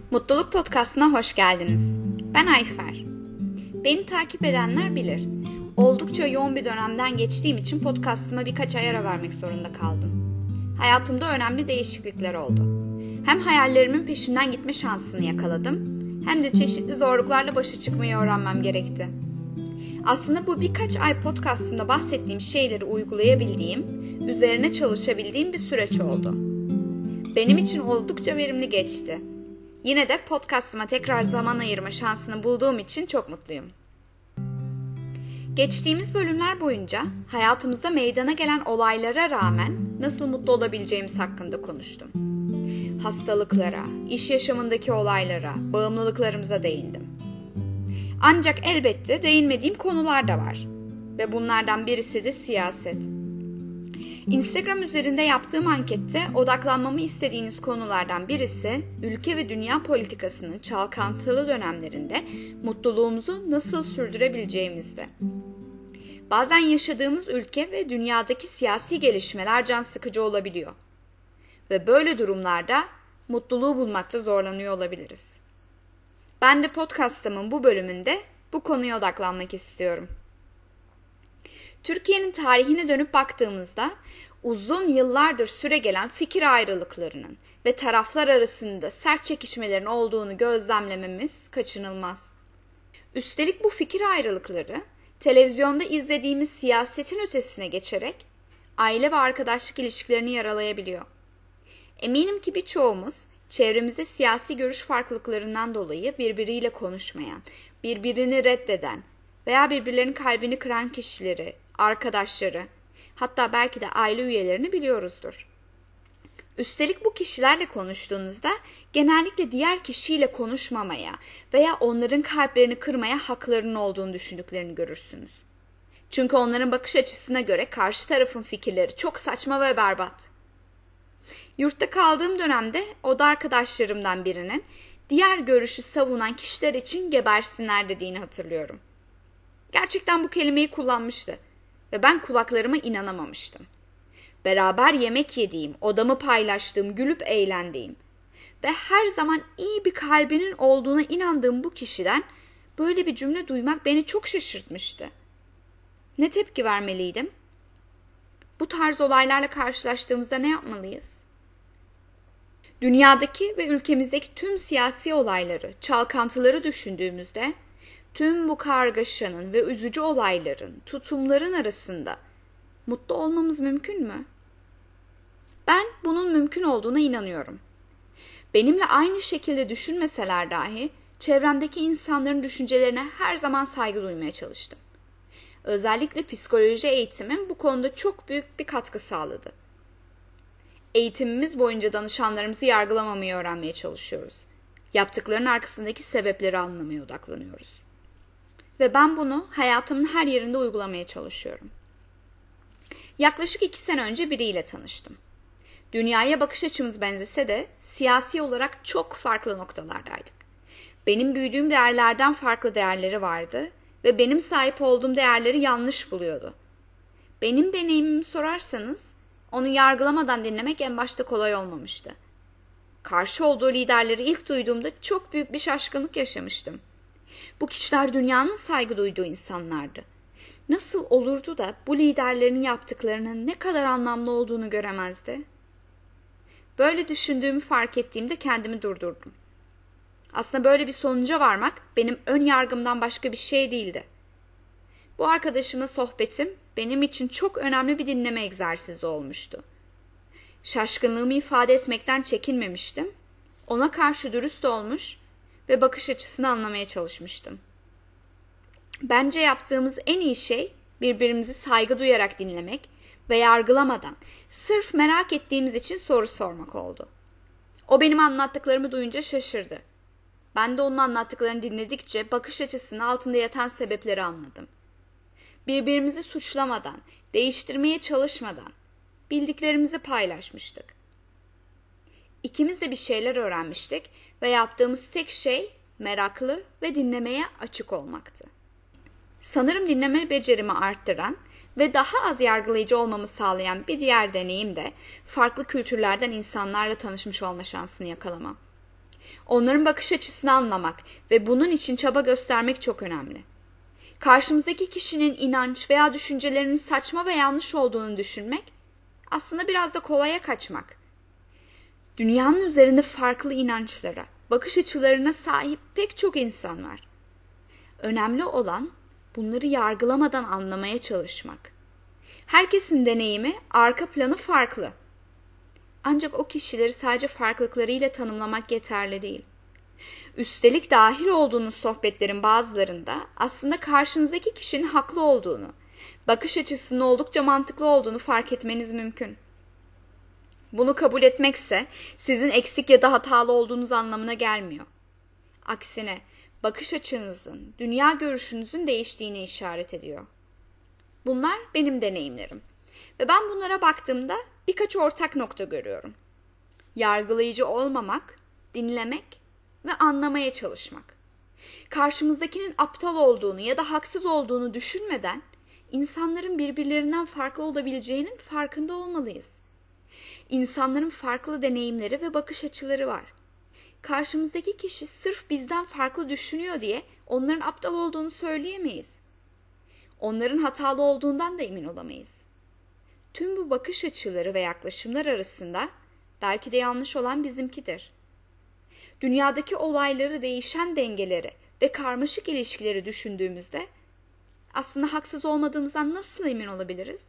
Mutluluk Podcast'ına hoş geldiniz. Ben Ayfer. Beni takip edenler bilir. Oldukça yoğun bir dönemden geçtiğim için podcast'ıma birkaç ay ara vermek zorunda kaldım. Hayatımda önemli değişiklikler oldu. Hem hayallerimin peşinden gitme şansını yakaladım, hem de çeşitli zorluklarla başa çıkmayı öğrenmem gerekti. Aslında bu birkaç ay podcast'ımda bahsettiğim şeyleri uygulayabildiğim, üzerine çalışabildiğim bir süreç oldu. Benim için oldukça verimli geçti. Yine de podcast'ıma tekrar zaman ayırma şansını bulduğum için çok mutluyum. Geçtiğimiz bölümler boyunca hayatımızda meydana gelen olaylara rağmen nasıl mutlu olabileceğimiz hakkında konuştum. Hastalıklara, iş yaşamındaki olaylara, bağımlılıklarımıza değindim. Ancak elbette değinmediğim konular da var. Ve bunlardan birisi de siyaset. Instagram üzerinde yaptığım ankette odaklanmamı istediğiniz konulardan birisi ülke ve dünya politikasının çalkantılı dönemlerinde mutluluğumuzu nasıl sürdürebileceğimizdi. Bazen yaşadığımız ülke ve dünyadaki siyasi gelişmeler can sıkıcı olabiliyor. Ve böyle durumlarda mutluluğu bulmakta zorlanıyor olabiliriz. Ben de podcast'ımın bu bölümünde bu konuya odaklanmak istiyorum. Türkiye'nin tarihine dönüp baktığımızda uzun yıllardır süregelen fikir ayrılıklarının ve taraflar arasında sert çekişmelerin olduğunu gözlemlememiz kaçınılmaz. Üstelik bu fikir ayrılıkları televizyonda izlediğimiz siyasetin ötesine geçerek aile ve arkadaşlık ilişkilerini yaralayabiliyor. Eminim ki birçoğumuz çevremizde siyasi görüş farklılıklarından dolayı birbiriyle konuşmayan, birbirini reddeden veya birbirlerinin kalbini kıran kişileri, arkadaşları, hatta belki de aile üyelerini biliyoruzdur. Üstelik bu kişilerle konuştuğunuzda genellikle diğer kişiyle konuşmamaya veya onların kalplerini kırmaya haklarının olduğunu düşündüklerini görürsünüz. Çünkü onların bakış açısına göre karşı tarafın fikirleri çok saçma ve berbat. Yurtta kaldığım dönemde oda arkadaşlarımdan birinin diğer görüşü savunan kişiler için gebersinler dediğini hatırlıyorum. Gerçekten bu kelimeyi kullanmıştı ve ben kulaklarıma inanamamıştım. Beraber yemek yediğim, odamı paylaştığım, gülüp eğlendiğim ve her zaman iyi bir kalbinin olduğuna inandığım bu kişiden böyle bir cümle duymak beni çok şaşırtmıştı. Ne tepki vermeliydim? Bu tarz olaylarla karşılaştığımızda ne yapmalıyız? Dünyadaki ve ülkemizdeki tüm siyasi olayları, çalkantıları düşündüğümüzde tüm bu kargaşanın ve üzücü olayların, tutumların arasında mutlu olmamız mümkün mü? Ben bunun mümkün olduğuna inanıyorum. Benimle aynı şekilde düşünmeseler dahi çevremdeki insanların düşüncelerine her zaman saygı duymaya çalıştım. Özellikle psikoloji eğitimim bu konuda çok büyük bir katkı sağladı. Eğitimimiz boyunca danışanlarımızı yargılamamayı öğrenmeye çalışıyoruz. Yaptıklarının arkasındaki sebepleri anlamaya odaklanıyoruz. Ve ben bunu hayatımın her yerinde uygulamaya çalışıyorum. Yaklaşık 2 sene önce biriyle tanıştım. Dünyaya bakış açımız benzese de siyasi olarak çok farklı noktalardaydık. Benim büyüdüğüm değerlerden farklı değerleri vardı ve benim sahip olduğum değerleri yanlış buluyordu. Benim deneyimimi sorarsanız onu yargılamadan dinlemek en başta kolay olmamıştı. Karşı olduğu liderleri ilk duyduğumda çok büyük bir şaşkınlık yaşamıştım. Bu kişiler dünyanın saygı duyduğu insanlardı. Nasıl olurdu da bu liderlerin yaptıklarının ne kadar anlamlı olduğunu göremezdi? Böyle düşündüğümü fark ettiğimde kendimi durdurdum. Aslında böyle bir sonuca varmak benim ön yargımdan başka bir şey değildi. Bu arkadaşımla sohbetim benim için çok önemli bir dinleme egzersizi olmuştu. Şaşkınlığımı ifade etmekten çekinmemiştim. Ona karşı dürüst olmuş ve bakış açısını anlamaya çalışmıştım. Bence yaptığımız en iyi şey birbirimizi saygı duyarak dinlemek ve yargılamadan, sırf merak ettiğimiz için soru sormak oldu. O benim anlattıklarımı duyunca şaşırdı. Ben de onun anlattıklarını dinledikçe bakış açısının altında yatan sebepleri anladım. Birbirimizi suçlamadan, değiştirmeye çalışmadan bildiklerimizi paylaşmıştık. İkimiz de bir şeyler öğrenmiştik ve yaptığımız tek şey meraklı ve dinlemeye açık olmaktı. Sanırım dinleme becerimi arttıran ve daha az yargılayıcı olmamı sağlayan bir diğer deneyim de farklı kültürlerden insanlarla tanışmış olma şansını yakalamam. Onların bakış açısını anlamak ve bunun için çaba göstermek çok önemli. Karşımızdaki kişinin inanç veya düşüncelerinin saçma ve yanlış olduğunu düşünmek aslında biraz da kolaya kaçmak. Dünyanın üzerinde farklı inançlara, bakış açılarına sahip pek çok insan var. Önemli olan bunları yargılamadan anlamaya çalışmak. Herkesin deneyimi, arka planı farklı. Ancak o kişileri sadece farklılıklarıyla tanımlamak yeterli değil. Üstelik dahil olduğunuz sohbetlerin bazılarında aslında karşınızdaki kişinin haklı olduğunu, bakış açısının oldukça mantıklı olduğunu fark etmeniz mümkün. Bunu kabul etmekse sizin eksik ya da hatalı olduğunuz anlamına gelmiyor. Aksine bakış açınızın, dünya görüşünüzün değiştiğine işaret ediyor. Bunlar benim deneyimlerim. Ve ben bunlara baktığımda birkaç ortak nokta görüyorum. Yargılayıcı olmamak, dinlemek ve anlamaya çalışmak. Karşımızdakinin aptal olduğunu ya da haksız olduğunu düşünmeden insanların birbirlerinden farklı olabileceğinin farkında olmalıyız. İnsanların farklı deneyimleri ve bakış açıları var. Karşımızdaki kişi sırf bizden farklı düşünüyor diye onların aptal olduğunu söyleyemeyiz. Onların hatalı olduğundan da emin olamayız. Tüm bu bakış açıları ve yaklaşımlar arasında belki de yanlış olan bizimkidir. Dünyadaki olayları, değişen dengeleri ve karmaşık ilişkileri düşündüğümüzde aslında haksız olmadığımızdan nasıl emin olabiliriz?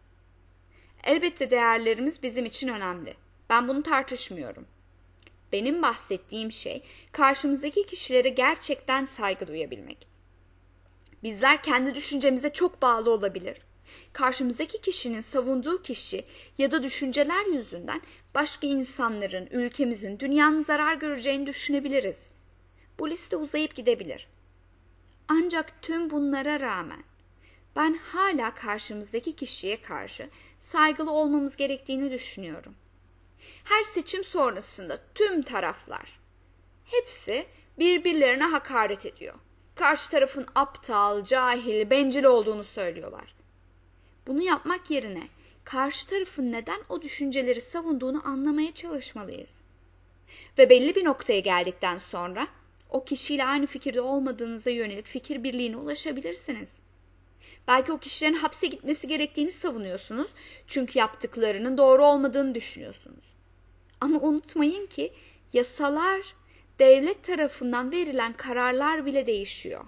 Elbette değerlerimiz bizim için önemli. Ben bunu tartışmıyorum. Benim bahsettiğim şey karşımızdaki kişilere gerçekten saygı duyabilmek. Bizler kendi düşüncemize çok bağlı olabilir. Karşımızdaki kişinin savunduğu kişi ya da düşünceler yüzünden başka insanların, ülkemizin, dünyanın zarar göreceğini düşünebiliriz. Bu liste uzayıp gidebilir. Ancak tüm bunlara rağmen ben hala karşımızdaki kişiye karşı saygılı olmamız gerektiğini düşünüyorum. Her seçim sonrasında tüm taraflar, hepsi birbirlerine hakaret ediyor. Karşı tarafın aptal, cahil, bencil olduğunu söylüyorlar. Bunu yapmak yerine karşı tarafın neden o düşünceleri savunduğunu anlamaya çalışmalıyız. Ve belli bir noktaya geldikten sonra o kişiyle aynı fikirde olmadığınıza yönelik fikir birliğine ulaşabilirsiniz. Belki o kişilerin hapse gitmesi gerektiğini savunuyorsunuz çünkü yaptıklarının doğru olmadığını düşünüyorsunuz. Ama unutmayın ki yasalar, devlet tarafından verilen kararlar bile değişiyor.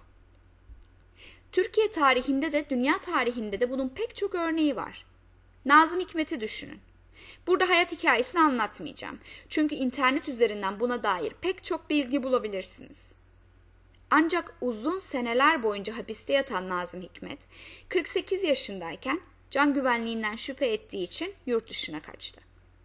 Türkiye tarihinde de dünya tarihinde de bunun pek çok örneği var. Nazım Hikmet'i düşünün. Burada hayat hikayesini anlatmayacağım. Çünkü internet üzerinden buna dair pek çok bilgi bulabilirsiniz. Ancak uzun seneler boyunca hapiste yatan Nazım Hikmet, 48 yaşındayken can güvenliğinden şüphe ettiği için yurt dışına kaçtı.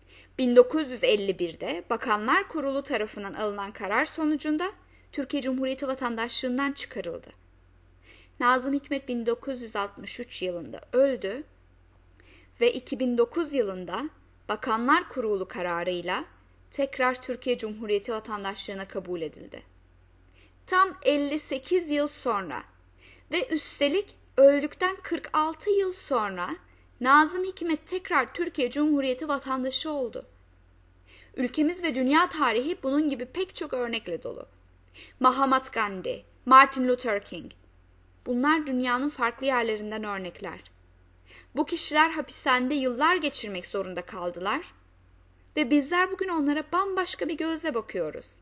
1951'de Bakanlar Kurulu tarafından alınan karar sonucunda Türkiye Cumhuriyeti vatandaşlığından çıkarıldı. Nazım Hikmet 1963 yılında öldü ve 2009 yılında Bakanlar Kurulu kararıyla tekrar Türkiye Cumhuriyeti vatandaşlığına kabul edildi. Tam 58 yıl sonra ve üstelik öldükten 46 yıl sonra Nazım Hikmet tekrar Türkiye Cumhuriyeti vatandaşı oldu. Ülkemiz ve dünya tarihi bunun gibi pek çok örnekle dolu. Mahatma Gandhi, Martin Luther King, bunlar dünyanın farklı yerlerinden örnekler. Bu kişiler hapishanede yıllar geçirmek zorunda kaldılar ve bizler bugün onlara bambaşka bir gözle bakıyoruz.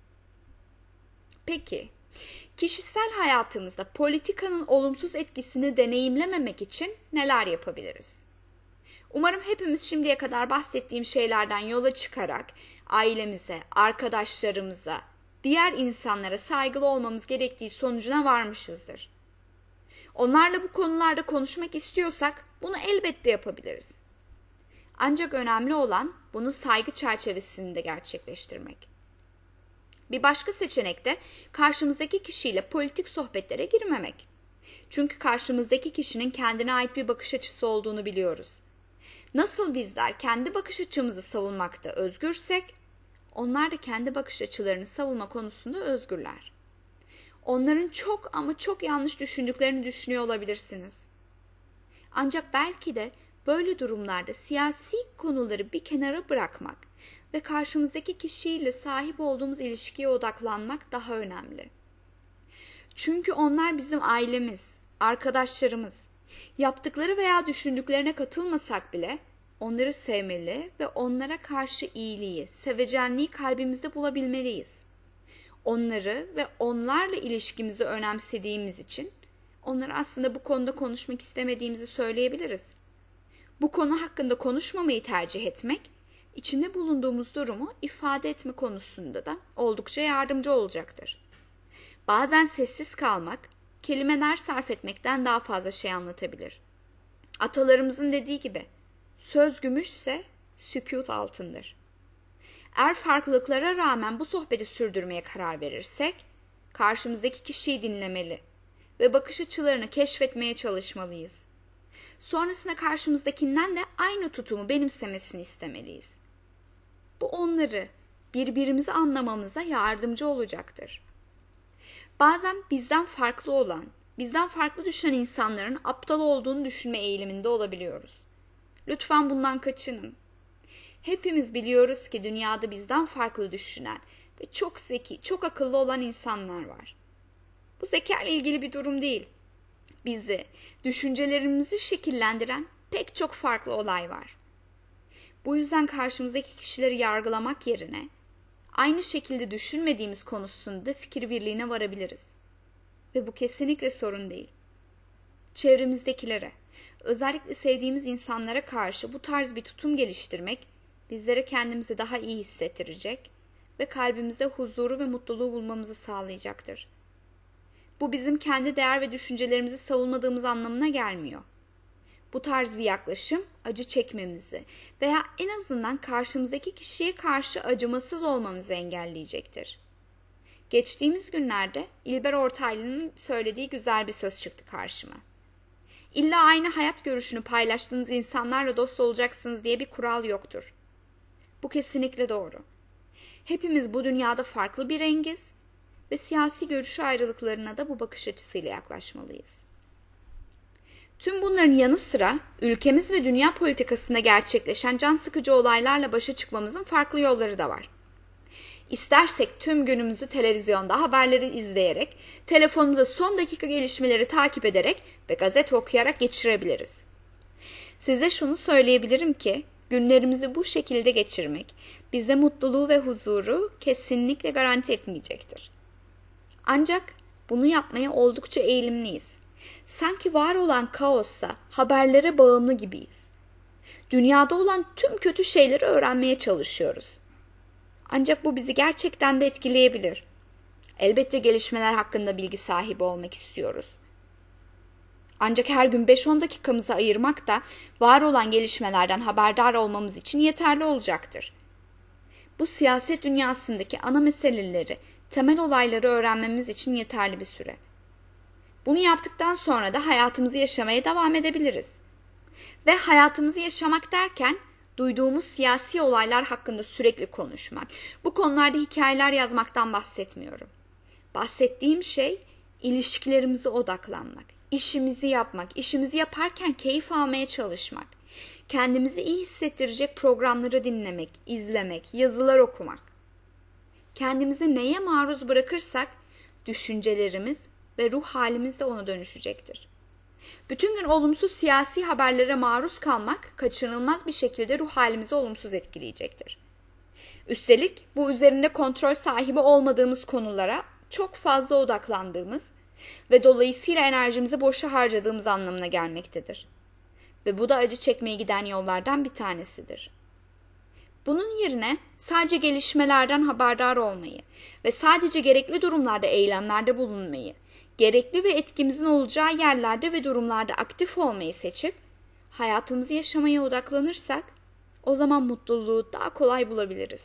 Peki, kişisel hayatımızda politikanın olumsuz etkisini deneyimlememek için neler yapabiliriz? Umarım hepimiz şimdiye kadar bahsettiğim şeylerden yola çıkarak ailemize, arkadaşlarımıza, diğer insanlara saygılı olmamız gerektiği sonucuna varmışızdır. Onlarla bu konularda konuşmak istiyorsak bunu elbette yapabiliriz. Ancak önemli olan bunu saygı çerçevesinde gerçekleştirmek. Bir başka seçenek de karşımızdaki kişiyle politik sohbetlere girmemek. Çünkü karşımızdaki kişinin kendine ait bir bakış açısı olduğunu biliyoruz. Nasıl bizler kendi bakış açımızı savunmakta özgürsek, onlar da kendi bakış açılarını savunma konusunda özgürler. Onların çok ama çok yanlış düşündüklerini düşünüyor olabilirsiniz. Ancak belki de böyle durumlarda siyasi konuları bir kenara bırakmak, ve karşımızdaki kişiyle sahip olduğumuz ilişkiye odaklanmak daha önemli. Çünkü onlar bizim ailemiz, arkadaşlarımız. Yaptıkları veya düşündüklerine katılmasak bile onları sevmeli ve onlara karşı iyiliği, sevecenliği kalbimizde bulabilmeliyiz. Onları ve onlarla ilişkimizi önemsediğimiz için onlara aslında bu konuda konuşmak istemediğimizi söyleyebiliriz. Bu konu hakkında konuşmamayı tercih etmek, içinde bulunduğumuz durumu ifade etme konusunda da oldukça yardımcı olacaktır. Bazen sessiz kalmak, kelimeler sarf etmekten daha fazla şey anlatabilir. Atalarımızın dediği gibi, söz gümüşse sükût altındır. Eğer farklılıklara rağmen bu sohbeti sürdürmeye karar verirsek, karşımızdaki kişiyi dinlemeli ve bakış açılarını keşfetmeye çalışmalıyız. Sonrasında karşımızdakinden de aynı tutumu benimsemesini istemeliyiz. Bu onları, birbirimizi anlamamıza yardımcı olacaktır. Bazen bizden farklı olan, bizden farklı düşünen insanların aptal olduğunu düşünme eğiliminde olabiliyoruz. Lütfen bundan kaçının. Hepimiz biliyoruz ki dünyada bizden farklı düşünen ve çok zeki, çok akıllı olan insanlar var. Bu zeka ile ilgili bir durum değil. Bizi, düşüncelerimizi şekillendiren pek çok farklı olay var. Bu yüzden karşımızdaki kişileri yargılamak yerine aynı şekilde düşünmediğimiz konusunda fikir birliğine varabiliriz. Ve bu kesinlikle sorun değil. Çevremizdekilere, özellikle sevdiğimiz insanlara karşı bu tarz bir tutum geliştirmek bizlere kendimizi daha iyi hissettirecek ve kalbimizde huzuru ve mutluluğu bulmamızı sağlayacaktır. Bu bizim kendi değer ve düşüncelerimizi savunmadığımız anlamına gelmiyor. Bu tarz bir yaklaşım acı çekmemizi veya en azından karşımızdaki kişiye karşı acımasız olmamızı engelleyecektir. Geçtiğimiz günlerde İlber Ortaylı'nın söylediği güzel bir söz çıktı karşıma. İlla aynı hayat görüşünü paylaştığınız insanlarla dost olacaksınız diye bir kural yoktur. Bu kesinlikle doğru. Hepimiz bu dünyada farklı bir rengiz ve siyasi görüş ayrılıklarına da bu bakış açısıyla yaklaşmalıyız. Tüm bunların yanı sıra ülkemiz ve dünya politikasında gerçekleşen can sıkıcı olaylarla başa çıkmamızın farklı yolları da var. İstersek tüm günümüzü televizyonda haberleri izleyerek, telefonumuza son dakika gelişmeleri takip ederek ve gazete okuyarak geçirebiliriz. Size şunu söyleyebilirim ki, günlerimizi bu şekilde geçirmek bize mutluluğu ve huzuru kesinlikle garanti etmeyecektir. Ancak bunu yapmaya oldukça eğilimliyiz. Sanki var olan kaossa haberlere bağımlı gibiyiz. Dünyada olan tüm kötü şeyleri öğrenmeye çalışıyoruz. Ancak bu bizi gerçekten de etkileyebilir. Elbette gelişmeler hakkında bilgi sahibi olmak istiyoruz. Ancak her gün 5-10 dakikamızı ayırmak da var olan gelişmelerden haberdar olmamız için yeterli olacaktır. Bu siyaset dünyasındaki ana meseleleri, temel olayları öğrenmemiz için yeterli bir süre. Bunu yaptıktan sonra da hayatımızı yaşamaya devam edebiliriz. Ve hayatımızı yaşamak derken duyduğumuz siyasi olaylar hakkında sürekli konuşmak, bu konularda hikayeler yazmaktan bahsetmiyorum. Bahsettiğim şey ilişkilerimize odaklanmak, işimizi yapmak, işimizi yaparken keyif almaya çalışmak, kendimizi iyi hissettirecek programları dinlemek, izlemek, yazılar okumak. Kendimizi neye maruz bırakırsak düşüncelerimiz ve ruh halimiz de ona dönüşecektir. Bütün gün olumsuz siyasi haberlere maruz kalmak kaçınılmaz bir şekilde ruh halimizi olumsuz etkileyecektir. Üstelik bu üzerinde kontrol sahibi olmadığımız konulara çok fazla odaklandığımız ve dolayısıyla enerjimizi boşa harcadığımız anlamına gelmektedir. Ve bu da acı çekmeye giden yollardan bir tanesidir. Bunun yerine sadece gelişmelerden haberdar olmayı ve sadece gerekli durumlarda eylemlerde bulunmayı, gerekli ve etkimizin olacağı yerlerde ve durumlarda aktif olmayı seçip hayatımızı yaşamaya odaklanırsak o zaman mutluluğu daha kolay bulabiliriz.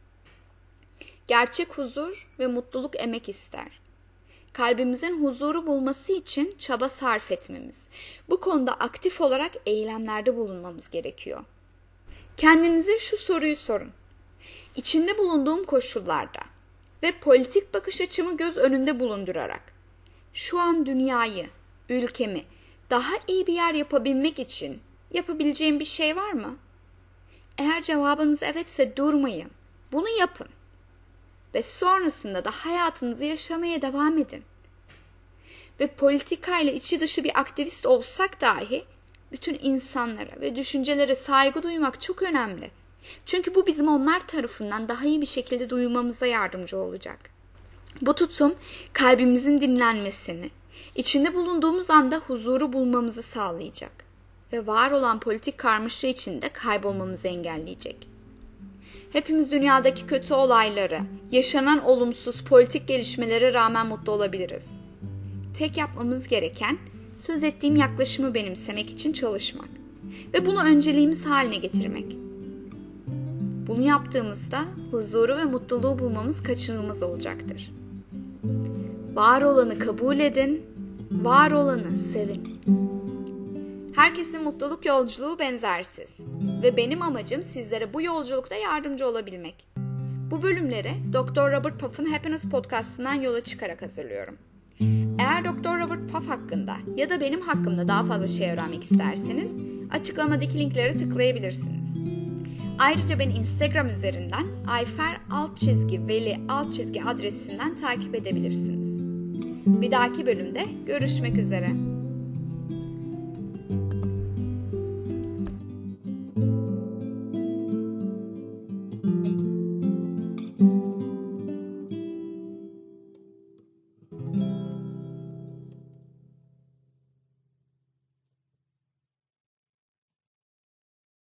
Gerçek huzur ve mutluluk emek ister. Kalbimizin huzuru bulması için çaba sarf etmemiz, bu konuda aktif olarak eylemlerde bulunmamız gerekiyor. Kendinize şu soruyu sorun. İçinde bulunduğum koşullarda ve politik bakış açımı göz önünde bulundurarak şu an dünyayı, ülkemi daha iyi bir yer yapabilmek için yapabileceğim bir şey var mı? Eğer cevabınız evetse durmayın. Bunu yapın. Ve sonrasında da hayatınızı yaşamaya devam edin. Ve politikayla içi dışı bir aktivist olsak dahi bütün insanlara ve düşüncelere saygı duymak çok önemli. Çünkü bu bizim onlar tarafından daha iyi bir şekilde duyulmamıza yardımcı olacak. Bu tutum kalbimizin dinlenmesini, içinde bulunduğumuz anda huzuru bulmamızı sağlayacak ve var olan politik karmaşa içinde kaybolmamızı engelleyecek. Hepimiz dünyadaki kötü olayları, yaşanan olumsuz politik gelişmelere rağmen mutlu olabiliriz. Tek yapmamız gereken söz ettiğim yaklaşımı benimsemek için çalışmak ve bunu önceliğimiz haline getirmek. Bunu yaptığımızda huzuru ve mutluluğu bulmamız kaçınılmaz olacaktır. Var olanı kabul edin, var olanı sevin. Herkesin mutluluk yolculuğu benzersiz ve benim amacım sizlere bu yolculukta yardımcı olabilmek. Bu bölümleri Dr. Robert Puff'ın Happiness Podcast'ından yola çıkarak hazırlıyorum. Eğer Dr. Robert Puff hakkında ya da benim hakkımda daha fazla şey öğrenmek isterseniz açıklamadaki linklere tıklayabilirsiniz. Ayrıca beni Instagram üzerinden ayfer_veli_ adresinden takip edebilirsiniz. Bir dahaki bölümde görüşmek üzere.